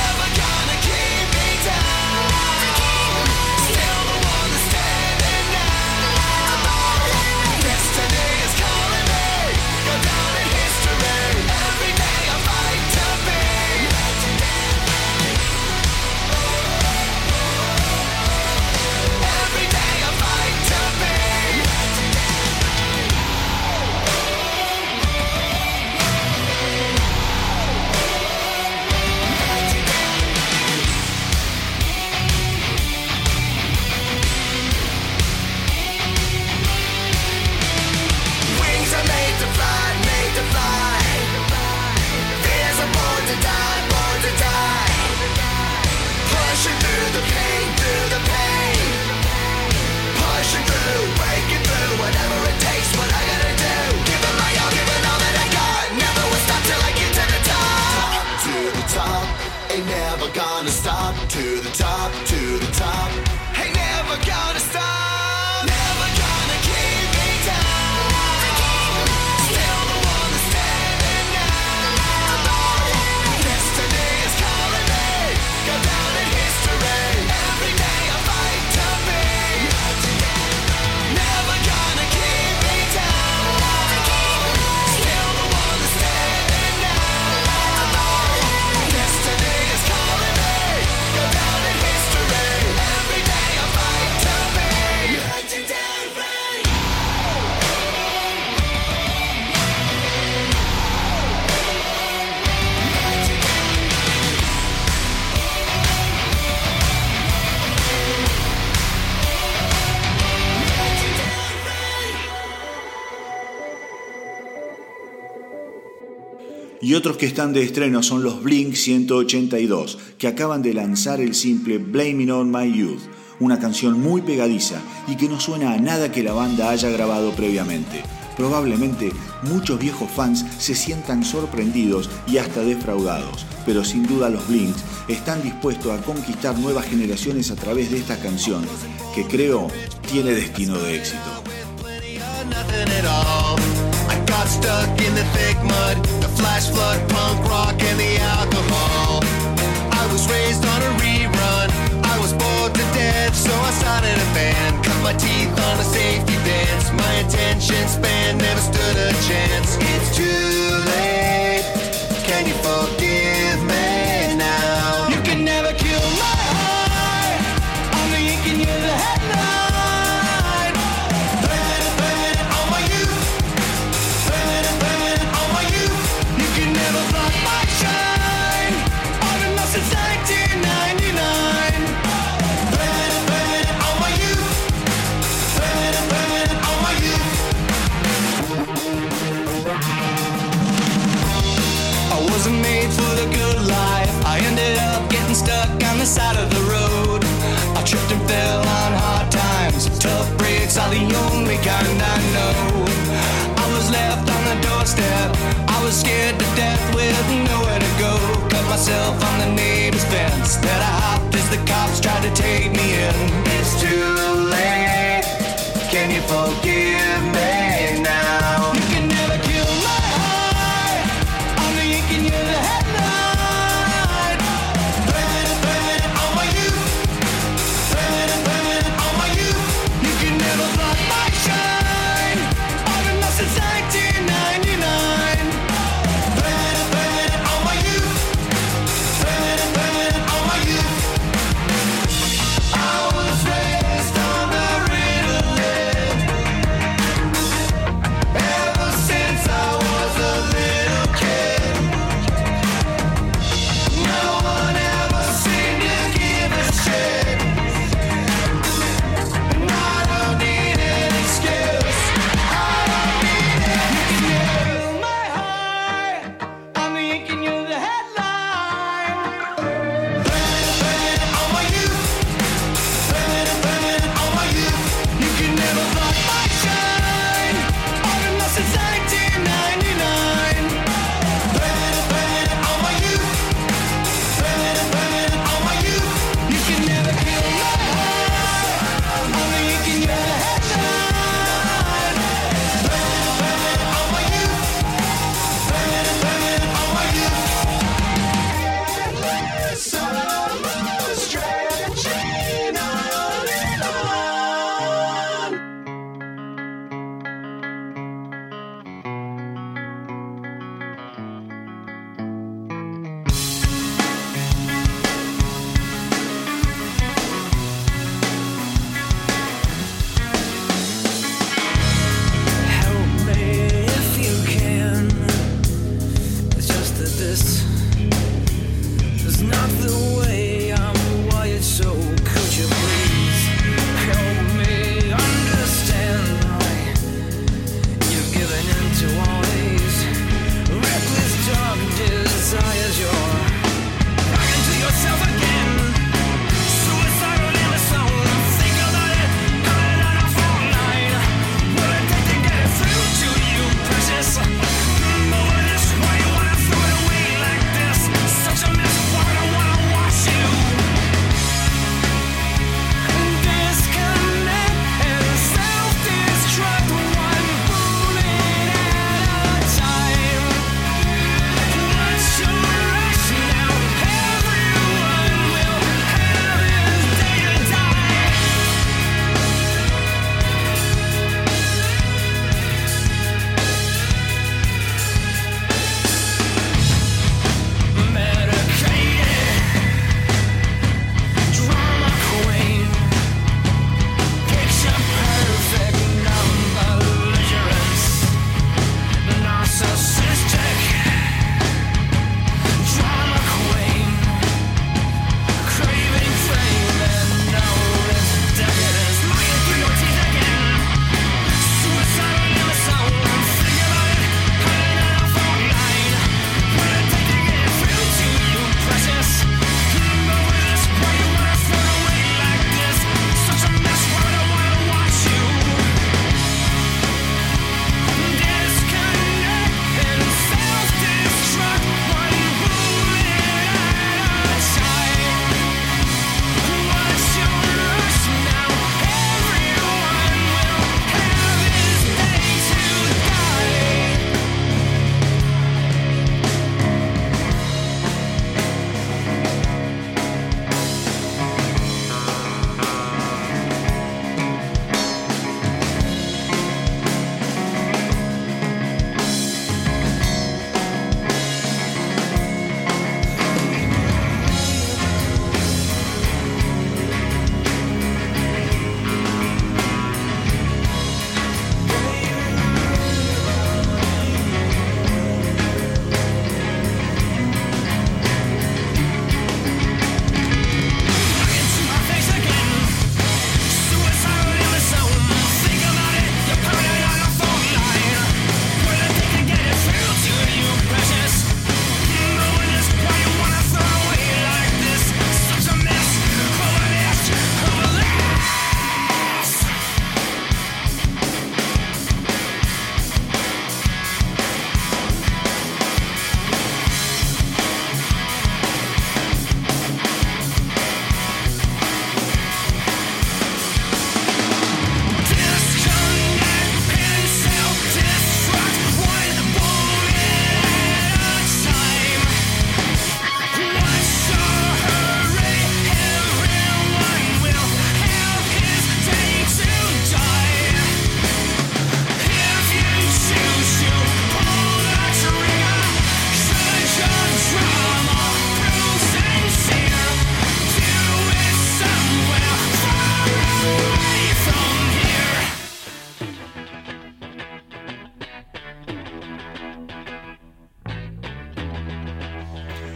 Still the one that's standing now. Pushing through the pain, through the pain. Pushing through, breaking through, whatever it takes, what I gotta do. Giving my all, giving all that I got. Never will stop till I get to the top. Top to the top, ain't never gonna stop. To the top, to the top, ain't never gonna stop. Never gonna keep me down. Still the one that's standing now. Destiny is calling me, go down in history. Every day I fight to be. Never gonna keep me down. Still the one that's standing now. Destiny is calling me, go down in history. Every day I fight to be. Legendary. Y otros que están de estreno son los Blink ciento ochenta y dos, que acaban de lanzar el simple Blaming on My Youth, una canción muy pegadiza y que no suena a nada que la banda haya grabado previamente. Probablemente muchos viejos fans se sientan sorprendidos y hasta defraudados, pero sin duda los Blinks están dispuestos a conquistar nuevas generaciones a través de esta canción, que creo tiene destino de éxito. Nothing at all. I got stuck in the thick mud, the flash flood, punk rock, and the alcohol. I was raised on a rerun. I was bored to death, so I started a band. Cut my teeth on a safety dance. My attention span never stood a chance. It's too late. Can you forgive me now? You can never kill my heart. I'm the ink and you're the headline. Stuck on the side of the road. I tripped and fell on hard times. Tough breaks are the only kind I know. I was left on the doorstep. I was scared to death with nowhere to go. Cut myself on the neighbor's fence that I hopped as the cops tried to take me in. It's too late. Can you forgive me now? You can never kill my heart. I'm the ink and you're the headline. Scared.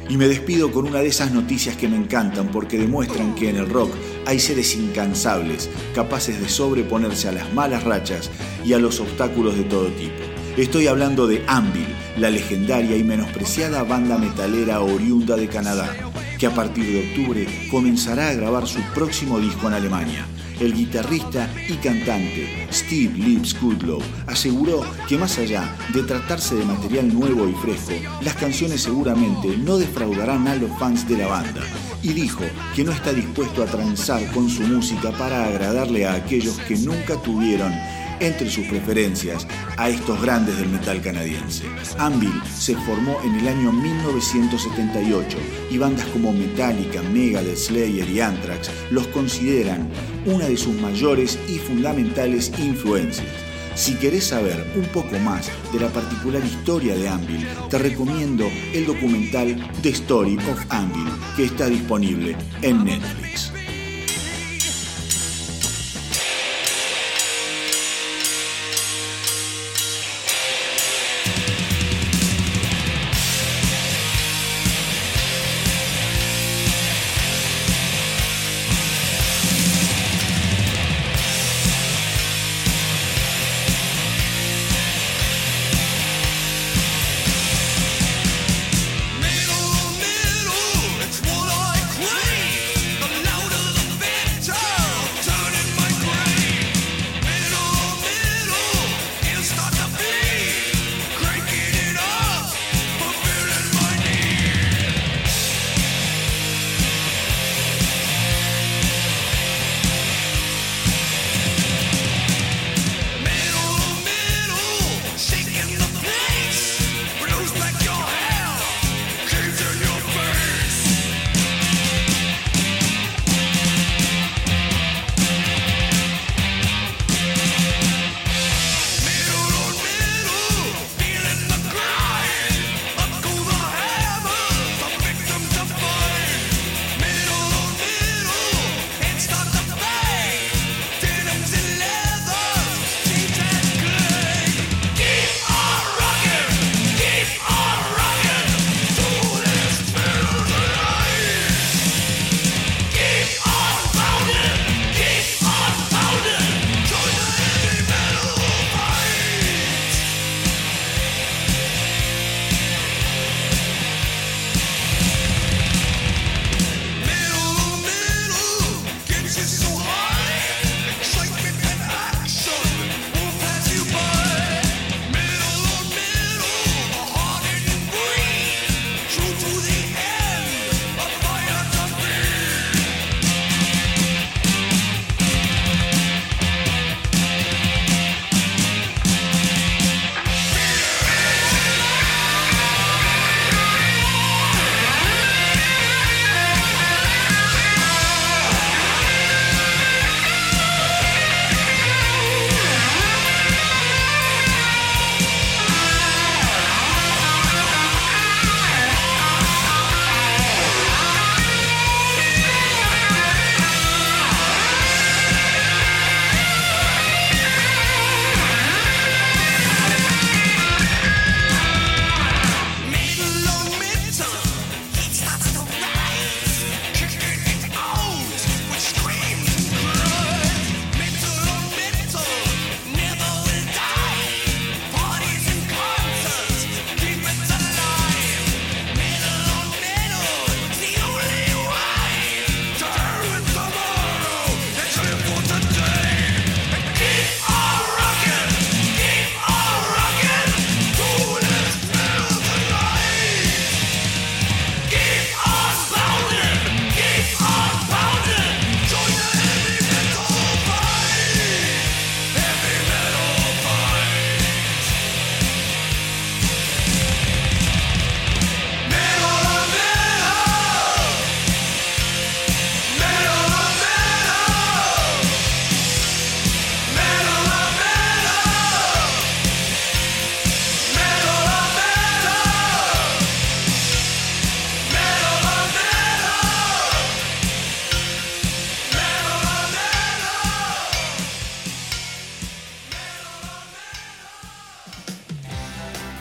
Y me despido con una de esas noticias que me encantan porque demuestran que en el rock hay seres incansables, capaces de sobreponerse a las malas rachas y a los obstáculos de todo tipo. Estoy hablando de Anvil, la legendaria y menospreciada banda metalera oriunda de Canadá, que a partir de octubre comenzará a grabar su próximo disco en Alemania. El guitarrista y cantante Steve Lips Goodlow aseguró que más allá de tratarse de material nuevo y fresco, las canciones seguramente no defraudarán a los fans de la banda, y dijo que no está dispuesto a transar con su música para agradarle a aquellos que nunca tuvieron entre sus preferencias a estos grandes del metal canadiense. Anvil se formó en el año mil novecientos setenta y ocho y bandas como Metallica, Megadeth, Slayer y Anthrax los consideran una de sus mayores y fundamentales influencias. Si querés saber un poco más de la particular historia de Anvil, te recomiendo el documental The Story of Anvil, que está disponible en Netflix. It's what I crave. The louder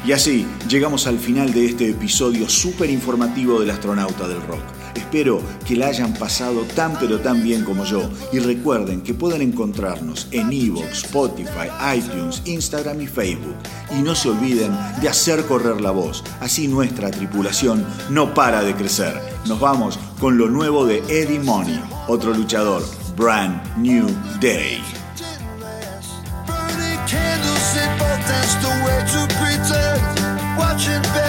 Y así llegamos al final de este episodio súper informativo del astronauta del rock. Espero que la hayan pasado tan pero tan bien como yo y recuerden que pueden encontrarnos en iVoox, Spotify, iTunes, Instagram y Facebook. Y no se olviden de hacer correr la voz, así nuestra tripulación no para de crecer. Nos vamos con lo nuevo de Eddie Money, otro luchador, Brand New Day. Burning candles, they both danced away to pretend. Watching back.